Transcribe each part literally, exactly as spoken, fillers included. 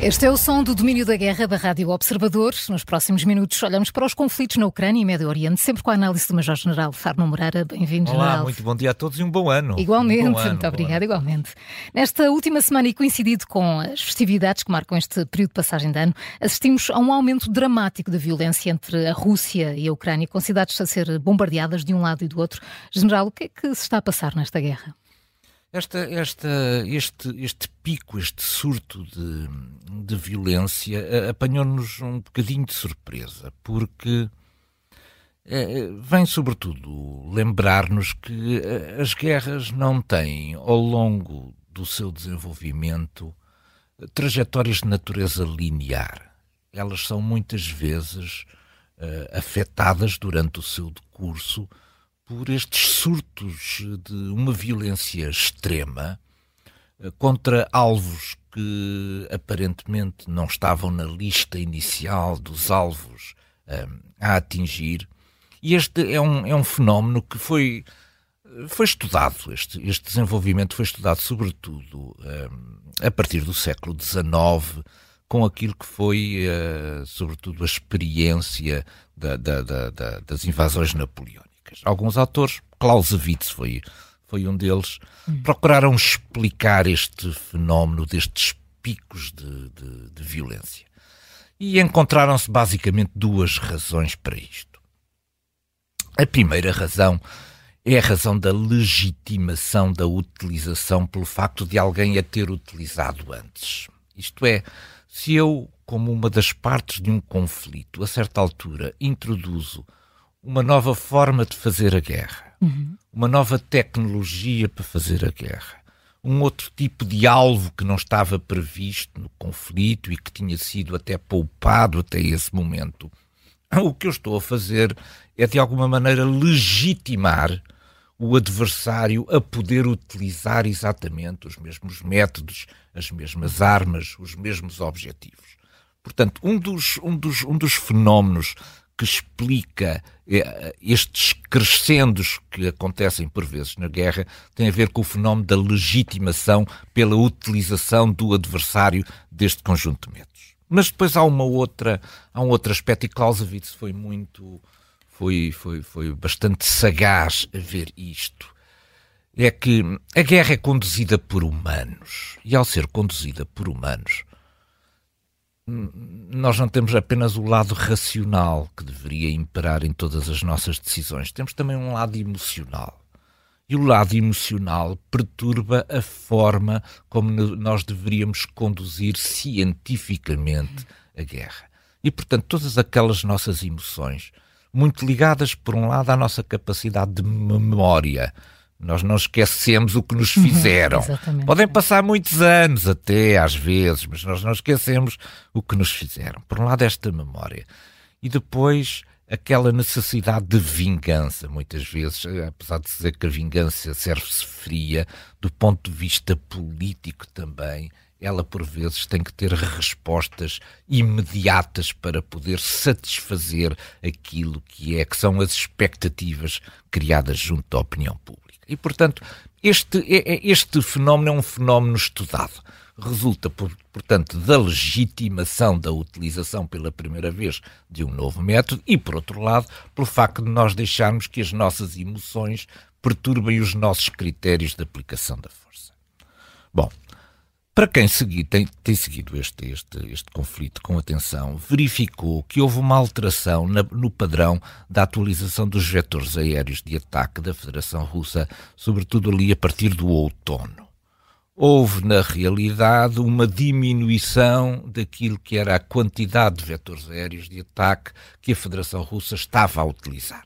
Este é o som do domínio da guerra da Rádio Observador. Nos próximos minutos olhamos para os conflitos na Ucrânia e Médio Oriente, sempre com a análise do Major-General Fárno Moreira. Bem-vindo, Olá, General. muito bom dia a todos e um bom ano. Igualmente, um bom ano, muito bom obrigada, ano. igualmente. Nesta última semana e coincidido com as festividades que marcam este período de passagem de ano, assistimos a um aumento dramático da violência entre a Rússia e a Ucrânia, com cidades a ser bombardeadas de um lado e do outro. General, o que é que se está a passar nesta guerra? Esta, esta, este, este pico, este surto de, de violência apanhou-nos um bocadinho de surpresa, porque é, vem sobretudo lembrar-nos que as guerras não têm, ao longo do seu desenvolvimento, trajetórias de natureza linear. Elas são muitas vezes uh, afetadas durante o seu decurso por estes surtos de uma violência extrema contra alvos que aparentemente não estavam na lista inicial dos alvos um, a atingir. E este é um, é um fenómeno que foi, foi estudado, este, este desenvolvimento foi estudado sobretudo um, a partir do século dezenove, com aquilo que foi, uh, sobretudo, a experiência da, da, da, da, das invasões napoleónicas. Alguns autores, Clausewitz foi, foi um deles, hum. procuraram explicar este fenómeno destes picos de, de, de violência. E encontraram-se basicamente duas razões para isto. A primeira razão é a razão da legitimação da utilização pelo facto de alguém a ter utilizado antes. Isto é, se eu, como uma das partes de um conflito, a certa altura, introduzo uma nova forma de fazer a guerra, uhum. uma nova tecnologia para fazer a guerra, um outro tipo de alvo que não estava previsto no conflito e que tinha sido até poupado até esse momento, o que eu estou a fazer é, de alguma maneira, legitimar o adversário a poder utilizar exatamente os mesmos métodos, as mesmas armas, os mesmos objetivos. Portanto, um dos, um dos, um dos fenómenos que explica estes crescendos que acontecem por vezes na guerra tem a ver com o fenómeno da legitimação pela utilização do adversário deste conjunto de métodos. Mas depois há uma outra, há um outro aspecto, e Clausewitz foi muito, foi, foi, foi bastante sagaz a ver isto, é que a guerra é conduzida por humanos, e ao ser conduzida por humanos, nós não temos apenas o lado racional que deveria imperar em todas as nossas decisões, temos também um lado emocional. E o lado emocional perturba a forma como nós deveríamos conduzir cientificamente a guerra. E, portanto, todas aquelas nossas emoções, muito ligadas, por um lado, à nossa capacidade de memória. Nós não esquecemos o que nos fizeram. Exatamente. Podem passar muitos anos até, às vezes, mas nós não esquecemos o que nos fizeram. Por um lado, esta memória. E depois, aquela necessidade de vingança, muitas vezes, apesar de dizer que a vingança serve-se fria, do ponto de vista político também, ela por vezes tem que ter respostas imediatas para poder satisfazer aquilo que é, que são as expectativas criadas junto à opinião pública. E, portanto, este, este fenómeno é um fenómeno estudado. Resulta, portanto, da legitimação da utilização pela primeira vez de um novo método e, por outro lado, pelo facto de nós deixarmos que as nossas emoções perturbem os nossos critérios de aplicação da força. Bom, para quem segui, tem, tem seguido este, este, este conflito com atenção, verificou que houve uma alteração na, no padrão da atualização dos vetores aéreos de ataque da Federação Russa, sobretudo ali a partir do outono. Houve, na realidade, uma diminuição daquilo que era a quantidade de vetores aéreos de ataque que a Federação Russa estava a utilizar.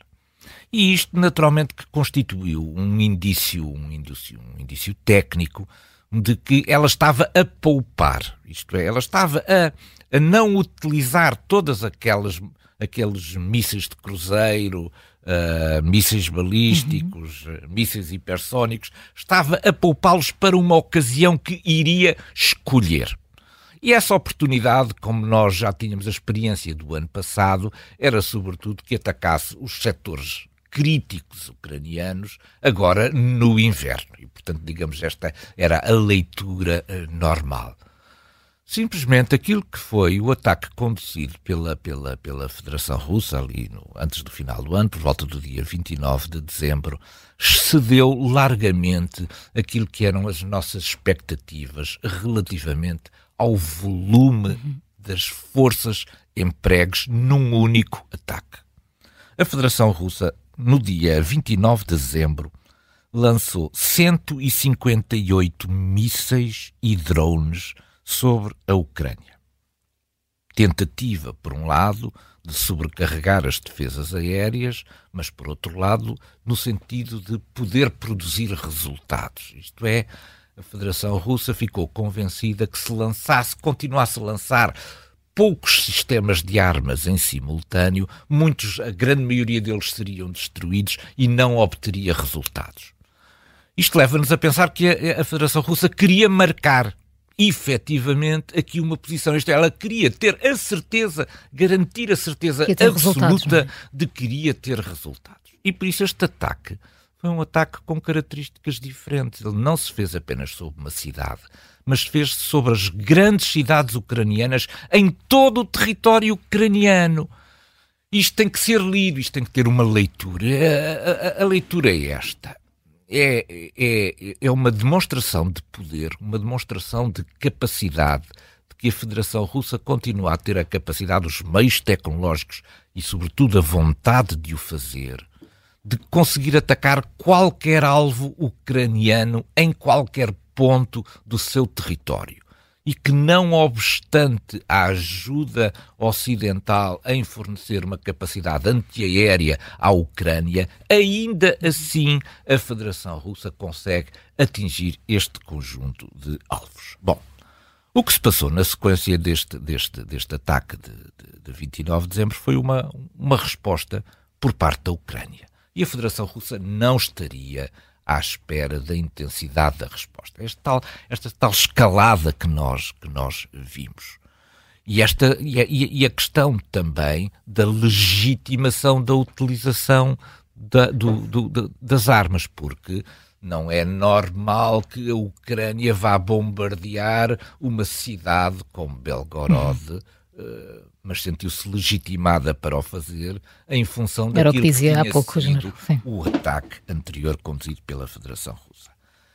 E isto, naturalmente, que constituiu um indício, um indício, um indício técnico de que ela estava a poupar, isto é, ela estava a, a não utilizar todas aquelas, aqueles mísseis de cruzeiro, uh, mísseis balísticos, uhum. uh, mísseis hipersónicos, estava a poupá-los para uma ocasião que iria escolher. E essa oportunidade, como nós já tínhamos a experiência do ano passado, era sobretudo que atacasse os setores críticos ucranianos agora no inverno. E, portanto, digamos, esta era a leitura uh, normal. Simplesmente aquilo que foi o ataque conduzido pela, pela, pela Federação Russa, ali no, antes do final do ano, por volta do dia vinte e nove de dezembro, excedeu largamente aquilo que eram as nossas expectativas relativamente ao volume das forças empregues num único ataque. A Federação Russa, no dia vinte e nove de dezembro, lançou cento e cinquenta e oito mísseis e drones sobre a Ucrânia. Tentativa, por um lado, de sobrecarregar as defesas aéreas, mas, por outro lado, no sentido de poder produzir resultados. Isto é, a Federação Russa ficou convencida que se lançasse, continuasse a lançar poucos sistemas de armas em simultâneo, muitos, a grande maioria deles seriam destruídos e não obteria resultados. Isto leva-nos a pensar que a, a Federação Russa queria marcar efetivamente aqui uma posição. Isto é, ela queria ter a certeza, garantir a certeza absoluta de que queria ter resultados. E por isso este ataque foi um ataque com características diferentes. Ele não se fez apenas sobre uma cidade, mas fez-se sobre as grandes cidades ucranianas em todo o território ucraniano. Isto tem que ser lido, isto tem que ter uma leitura. A, a, a leitura é esta. É, é, é uma demonstração de poder, uma demonstração de capacidade, de que a Federação Russa continua a ter a capacidade, os meios tecnológicos e, sobretudo, a vontade de o fazer, de conseguir atacar qualquer alvo ucraniano em qualquer ponto do seu território. E que, não obstante a ajuda ocidental em fornecer uma capacidade antiaérea à Ucrânia, ainda assim a Federação Russa consegue atingir este conjunto de alvos. Bom, o que se passou na sequência deste, deste, deste ataque de, de, de vinte e nove de dezembro foi uma, uma resposta por parte da Ucrânia. E a Federação Russa não estaria à espera da intensidade da resposta. Esta tal, esta tal escalada que nós, que nós vimos. E, esta, e, a, e a questão também da legitimação da utilização da, do, do, de, das armas, porque não é normal que a Ucrânia vá bombardear uma cidade como Belgorod, uhum. uh, mas sentiu-se legitimada para o fazer em função daquilo Era o que dizia que tinha há pouco, sido o ataque anterior conduzido pela Federação Russa.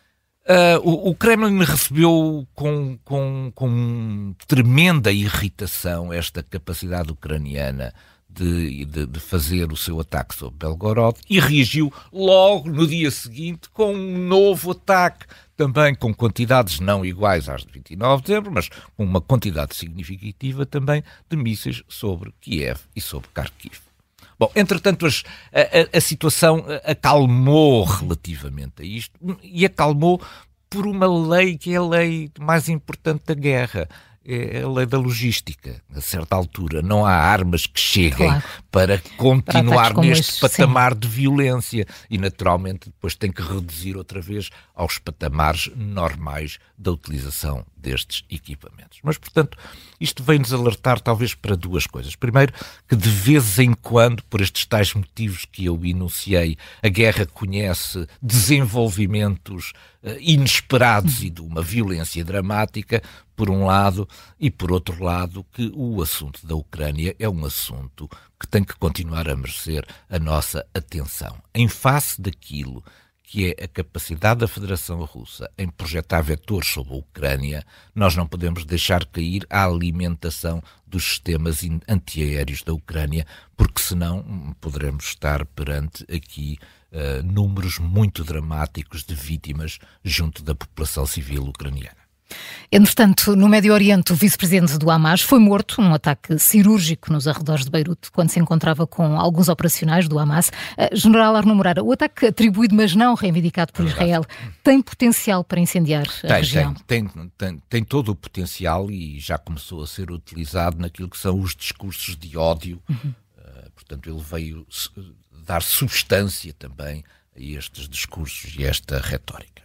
Uh, o, o Kremlin recebeu com, com, com tremenda irritação esta capacidade ucraniana de, de, de fazer o seu ataque sobre Belgorod e reagiu logo no dia seguinte com um novo ataque, também com quantidades não iguais às de vinte e nove de dezembro, mas com uma quantidade significativa também de mísseis sobre Kiev e sobre Kharkiv. Bom, entretanto, as, a, a situação acalmou relativamente a isto e acalmou por uma lei que é a lei mais importante da guerra. É a lei da logística. A certa altura não há armas que cheguem claro. para continuar para neste este, patamar sim. de violência e naturalmente depois tem que reduzir outra vez aos patamares normais da utilização destes equipamentos. Mas, portanto, isto vem-nos alertar talvez para duas coisas. Primeiro, que de vez em quando, por estes tais motivos que eu enunciei, a guerra conhece desenvolvimentos uh, inesperados e de uma violência dramática, por um lado, e por outro lado, que o assunto da Ucrânia é um assunto que tem que continuar a merecer a nossa atenção. Em face daquilo que é a capacidade da Federação Russa em projetar vetores sobre a Ucrânia, nós não podemos deixar cair a alimentação dos sistemas antiaéreos da Ucrânia, porque senão poderemos estar perante aqui uh, números muito dramáticos de vítimas junto da população civil ucraniana. Entretanto, no Médio Oriente, o vice-presidente do Hamas foi morto num ataque cirúrgico nos arredores de Beirute, quando se encontrava com alguns operacionais do Hamas. Uh, General Arnaud Moreira, o ataque atribuído, mas não reivindicado por Israel, tem potencial para incendiar a tem, região? Tem, tem, tem, tem todo o potencial e já começou a ser utilizado naquilo que são os discursos de ódio. Uhum. Uh, portanto, ele veio dar substância também a estes discursos e a esta retórica.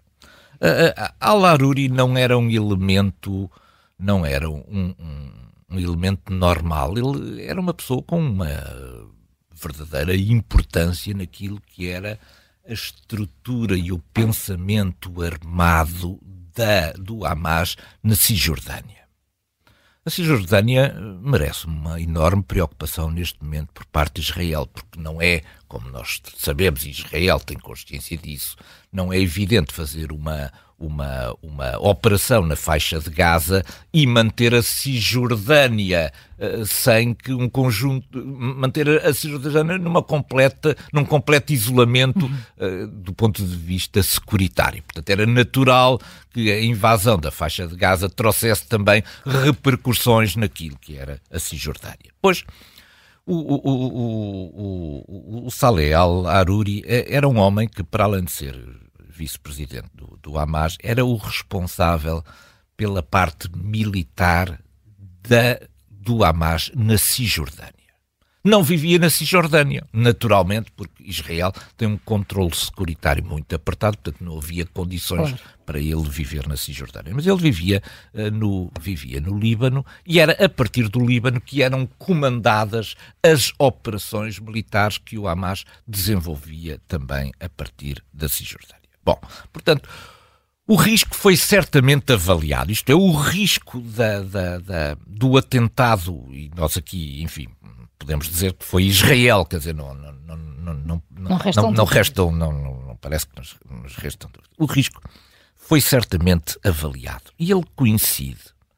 Uh, Al-Aruri não era um elemento, não era um, um, um elemento normal. Ele era uma pessoa com uma verdadeira importância naquilo que era a estrutura e o pensamento armado da, do Hamas na Cisjordânia. A Cisjordânia merece uma enorme preocupação neste momento por parte de Israel, porque não é, como nós sabemos, e Israel tem consciência disso, não é evidente fazer uma, uma, uma operação na faixa de Gaza e manter a Cisjordânia uh, sem que um conjunto, manter a Cisjordânia numa completa, num completo isolamento uh, do ponto de vista securitário. Portanto, era natural que a invasão da faixa de Gaza trouxesse também repercussões naquilo que era a Cisjordânia. Pois, o, o, o, o, o Saleh al-Aruri era um homem que, para além de ser vice-presidente do, do Hamas, era o responsável pela parte militar da, do Hamas na Cisjordânia. Não vivia na Cisjordânia, naturalmente, porque Israel tem um controle securitário muito apertado, portanto não havia condições claro. para ele viver na Cisjordânia. Mas ele vivia, uh, no, vivia no Líbano e era a partir do Líbano que eram comandadas as operações militares que o Hamas desenvolvia também a partir da Cisjordânia. Bom, portanto, o risco foi certamente avaliado, isto é, o risco da, da, da, do atentado, e nós aqui, enfim, podemos dizer que foi Israel, quer dizer, não, não, não, não, não, não restam, não, não, restam não, não, não parece que nos, nos restam dúvidas. O risco foi certamente avaliado e ele coincide,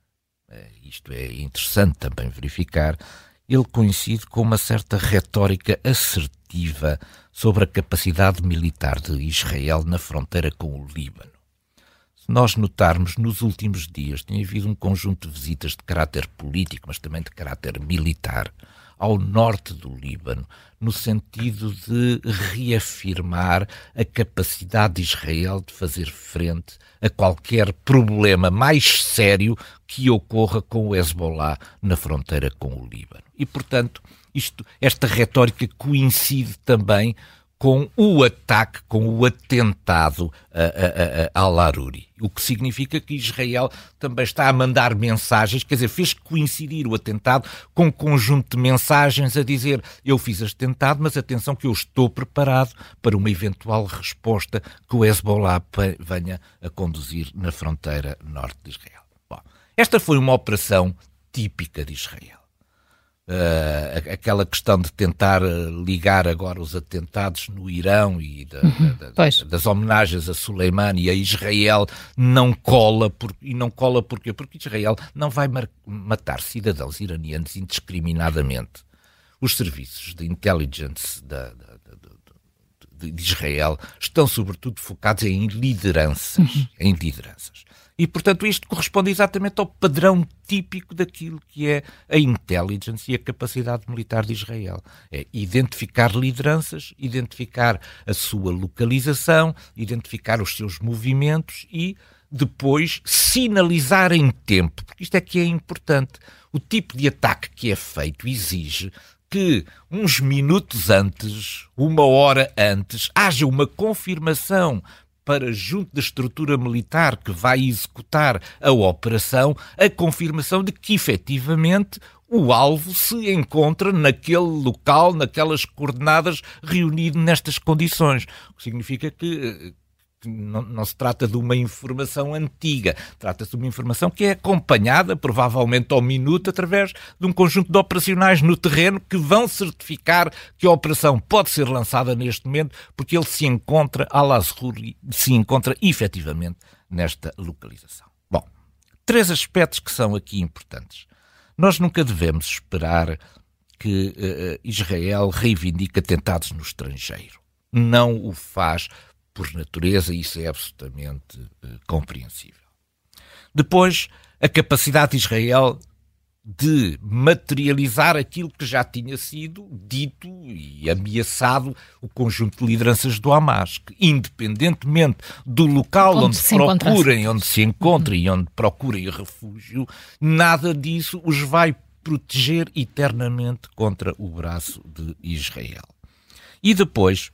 isto é interessante também verificar, ele coincide com uma certa retórica assertiva sobre a capacidade militar de Israel na fronteira com o Líbano. Se nós notarmos, nos últimos dias tem havido um conjunto de visitas de caráter político, mas também de caráter militar, ao norte do Líbano, no sentido de reafirmar a capacidade de Israel de fazer frente a qualquer problema mais sério que ocorra com o Hezbollah na fronteira com o Líbano. E, portanto, isto, esta retórica coincide também com o ataque, com o atentado a, a, a, a al-Aruri. O que significa que Israel também está a mandar mensagens, quer dizer, fez coincidir o atentado com um conjunto de mensagens a dizer: eu fiz este atentado, mas atenção que eu estou preparado para uma eventual resposta que o Hezbollah venha a conduzir na fronteira norte de Israel. Bom, esta foi uma operação típica de Israel. Uh, aquela questão de tentar ligar agora os atentados no Irão e da, uhum, da, da, das homenagens a Soleimani e a Israel não cola, por, e não cola porquê? Porque Israel não vai mar, matar cidadãos iranianos indiscriminadamente. Os serviços de intelligence da, da, da, de, de Israel estão sobretudo focados em lideranças, uhum. em lideranças. E, portanto, isto corresponde exatamente ao padrão típico daquilo que é a intelligence e a capacidade militar de Israel. É identificar lideranças, identificar a sua localização, identificar os seus movimentos e depois sinalizar em tempo, porque isto é que é importante. O tipo de ataque que é feito exige que uns minutos antes, uma hora antes, haja uma confirmação para, junto da estrutura militar que vai executar a operação, a confirmação de que, efetivamente, o alvo se encontra naquele local, naquelas coordenadas, reunido nestas condições. O que significa que não, não se trata de uma informação antiga, trata-se de uma informação que é acompanhada, provavelmente ao minuto, através de um conjunto de operacionais no terreno que vão certificar que a operação pode ser lançada neste momento, porque ele se encontra, al-Aruri se encontra efetivamente nesta localização. Bom, três aspectos que são aqui importantes. Nós nunca devemos esperar que uh, Israel reivindique atentados no estrangeiro. Não o faz por natureza, isso é absolutamente uh, compreensível. Depois, a capacidade de Israel de materializar aquilo que já tinha sido dito e ameaçado o conjunto de lideranças do Hamas, que, independentemente do local onde, onde se procurem, onde se encontrem uhum. e onde procurem refúgio, nada disso os vai proteger eternamente contra o braço de Israel. E depois,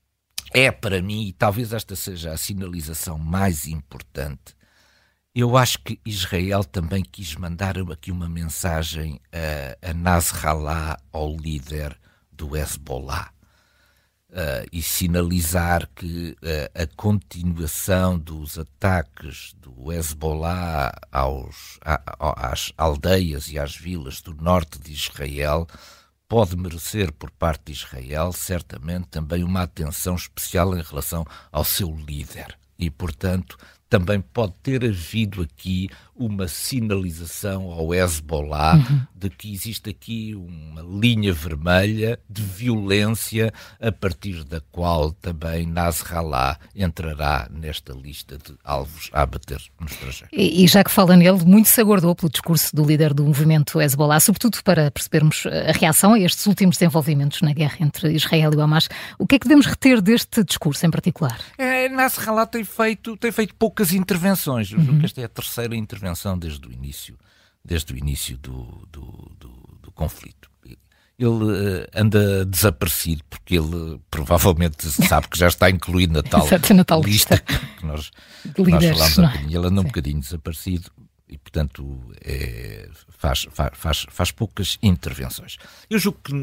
é para mim, e talvez esta seja a sinalização mais importante, eu acho que Israel também quis mandar aqui uma mensagem a, a Nasrallah, ao líder do Hezbollah. uh, e sinalizar que uh, a continuação dos ataques do Hezbollah aos, a, a, às aldeias e às vilas do norte de Israel pode merecer por parte de Israel certamente também uma atenção especial em relação ao seu líder. E, portanto, também pode ter havido aqui uma sinalização ao Hezbollah uhum. de que existe aqui uma linha vermelha de violência a partir da qual também Nasrallah entrará nesta lista de alvos a abater no estrangeiro. E, e já que fala nele, muito se aguardou pelo discurso do líder do movimento Hezbollah, sobretudo para percebermos a reação a estes últimos desenvolvimentos na guerra entre Israel e o Hamas. O que é que devemos reter deste discurso em particular? É, Nasrallah tem feito, tem feito poucas intervenções. Eu julgo que esta é a terceira intervenção desde o início, desde o início do, do, do, do conflito. Ele uh, anda desaparecido porque ele provavelmente sabe que já está incluído na tal, na tal lista que nós, que nós falámos há bocadinho. Ele anda um bocadinho desaparecido e, portanto, é, faz, faz, faz poucas intervenções. Eu julgo que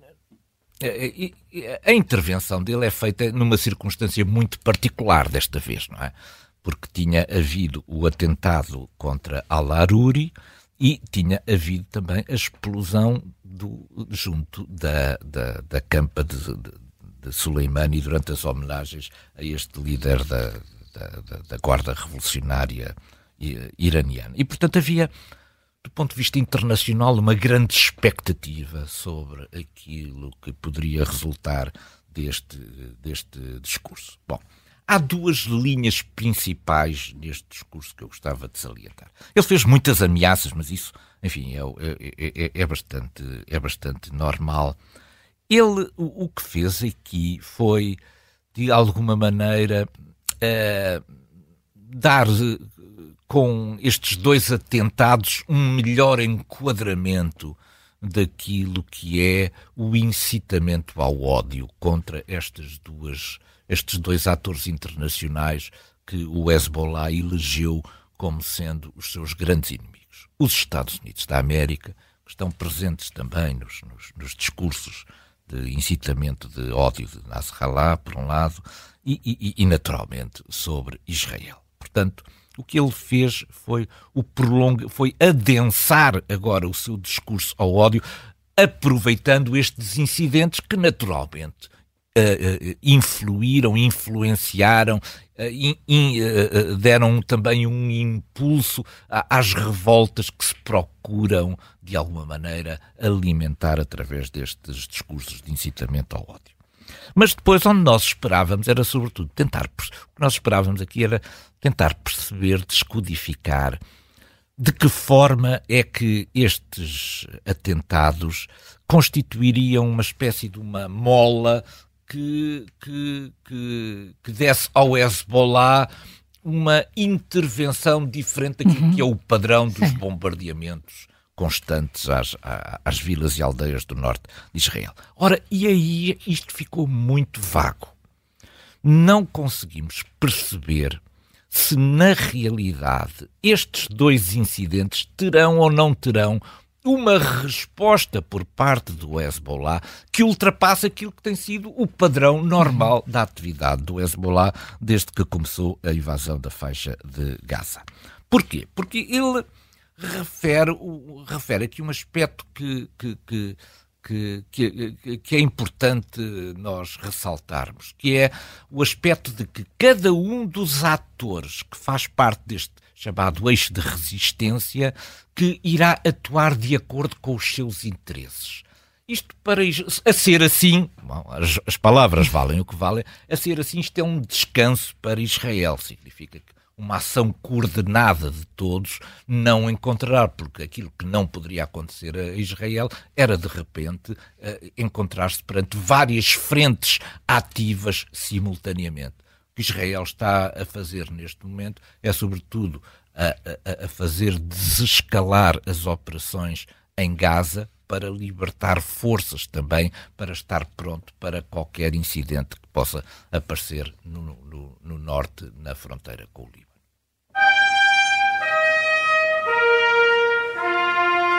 a intervenção dele é feita numa circunstância muito particular desta vez, não é? Porque tinha havido o atentado contra Al-Aruri e tinha havido também a explosão do, junto da, da, da campa de, de, de Soleimani durante as homenagens a este líder da, da, da Guarda Revolucionária iraniana. E, portanto, havia, do ponto de vista internacional, uma grande expectativa sobre aquilo que poderia resultar deste, deste discurso. Bom, há duas linhas principais neste discurso que eu gostava de salientar. Ele fez muitas ameaças, mas isso, enfim, é, é, é, é, bastante, é bastante normal. Ele, o, o que fez aqui foi, de alguma maneira, uh, dar com estes dois atentados um melhor enquadramento daquilo que é o incitamento ao ódio contra estas duas estes dois atores internacionais que o Hezbollah elegeu como sendo os seus grandes inimigos. Os Estados Unidos da América, que estão presentes também nos, nos, nos discursos de incitamento de ódio de Nasrallah, por um lado, e, e, e naturalmente sobre Israel. Portanto, o que ele fez foi, o prolong... foi adensar agora o seu discurso ao ódio, aproveitando estes incidentes que naturalmente Uh, uh, influíram, influenciaram, uh, in, in, uh, deram também um impulso a, às revoltas que se procuram, de alguma maneira, alimentar através destes discursos de incitamento ao ódio. Mas depois, onde nós esperávamos, era sobretudo tentar, o que nós esperávamos aqui era tentar perceber, descodificar de que forma é que estes atentados constituiriam uma espécie de uma mola Que, que, que, que desse ao Hezbollah uma intervenção diferente daquilo uhum. que é o padrão dos Sim. bombardeamentos constantes às, às vilas e aldeias do norte de Israel. Ora, e aí isto ficou muito vago. Não conseguimos perceber se na realidade estes dois incidentes terão ou não terão uma resposta por parte do Hezbollah que ultrapassa aquilo que tem sido o padrão normal da atividade do Hezbollah desde que começou a invasão da faixa de Gaza. Porquê? Porque ele refere, refere aqui um aspecto que, que, que, que, que, que é importante nós ressaltarmos, que é o aspecto de que cada um dos atores que faz parte deste chamado eixo de resistência, que irá atuar de acordo com os seus interesses. Isto para a ser assim, bom, as, as palavras valem o que valem, a ser assim isto é um descanso para Israel. Significa que uma ação coordenada de todos não encontrará, porque aquilo que não poderia acontecer a Israel era de repente uh, encontrar-se perante várias frentes ativas simultaneamente. O que Israel está a fazer neste momento é, sobretudo, a, a, a fazer desescalar as operações em Gaza para libertar forças também, para estar pronto para qualquer incidente que possa aparecer no, no, no norte, na fronteira com o Líbano.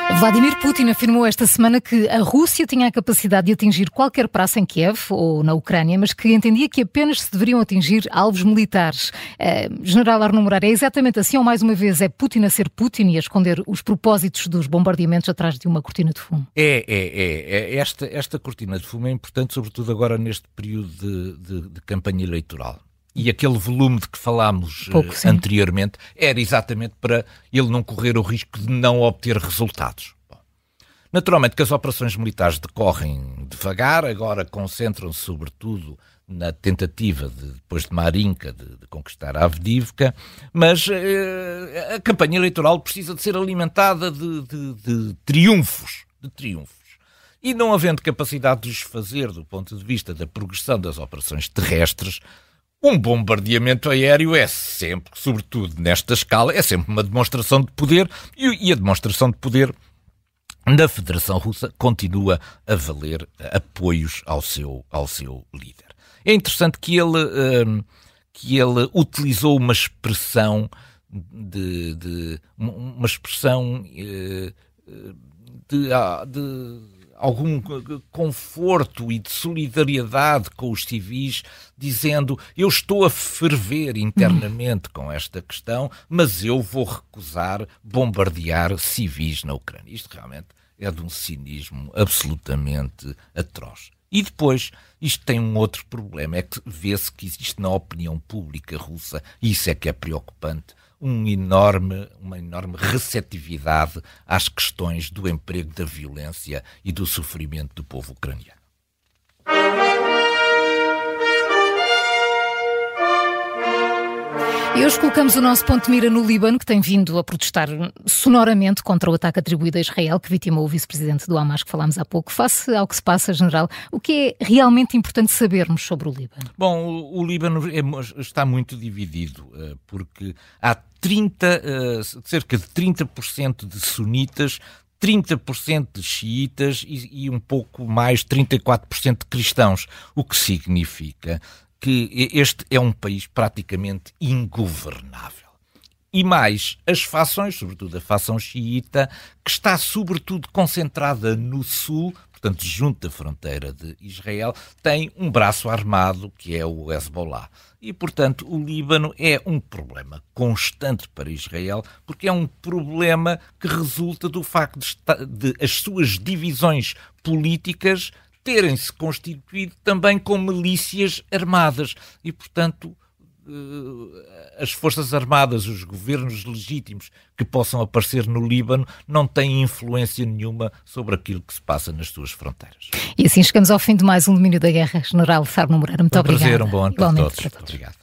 Vladimir Putin afirmou esta semana que a Rússia tinha a capacidade de atingir qualquer praça em Kiev ou na Ucrânia, mas que entendia que apenas se deveriam atingir alvos militares. Uh, General Arnaud Moreira, é exatamente assim ou mais uma vez é Putin a ser Putin e a esconder os propósitos dos bombardeamentos atrás de uma cortina de fumo? É, é, é. é. Esta, esta cortina de fumo é importante, sobretudo agora neste período de, de, de campanha eleitoral. E aquele volume de que falámos Pouco, uh, anteriormente era exatamente para ele não correr o risco de não obter resultados. Bom, naturalmente que as operações militares decorrem devagar, agora concentram-se sobretudo na tentativa, de, depois de Marinka, de, de conquistar a Avdivka, mas uh, a campanha eleitoral precisa de ser alimentada de, de, de triunfos, de triunfos. E não havendo capacidade de os fazer do ponto de vista da progressão das operações terrestres, um bombardeamento aéreo é sempre, sobretudo nesta escala, é sempre uma demonstração de poder e a demonstração de poder da Federação Russa continua a valer apoios ao seu, ao seu líder. É interessante que ele, um, que ele utilizou uma expressão de, de uma expressão uh, de, de algum conforto e de solidariedade com os civis, dizendo: eu estou a ferver internamente com esta questão, mas eu vou recusar bombardear civis na Ucrânia. Isto realmente é de um cinismo absolutamente atroz. E depois, isto tem um outro problema, é que vê-se que existe na opinião pública russa, e isso é que é preocupante, Um enorme, uma enorme receptividade às questões do emprego, da violência e do sofrimento do povo ucraniano. E hoje colocamos o nosso ponto de mira no Líbano, que tem vindo a protestar sonoramente contra o ataque atribuído a Israel, que vitimou o vice-presidente do Hamas, que falámos há pouco. Face ao que se passa, General, o que é realmente importante sabermos sobre o Líbano? Bom, o, o Líbano é, está muito dividido, porque há trinta, cerca de trinta por cento de sunitas, trinta por cento de xiitas e, e um pouco mais, trinta e quatro por cento de cristãos, o que significa que este é um país praticamente ingovernável. E mais, as fações, sobretudo a fação xiita, que está sobretudo concentrada no sul, portanto junto da fronteira de Israel, tem um braço armado que é o Hezbollah. E, portanto, o Líbano é um problema constante para Israel, porque é um problema que resulta do facto de, de as suas divisões políticas terem-se constituído também com milícias armadas e, portanto, as forças armadas, os governos legítimos que possam aparecer no Líbano não têm influência nenhuma sobre aquilo que se passa nas suas fronteiras. E assim chegamos ao fim de mais um Domínio da Guerra. General Arnaud Moreira, muito um obrigada. Um prazer, um bom ano para todos. Para todos. Obrigado.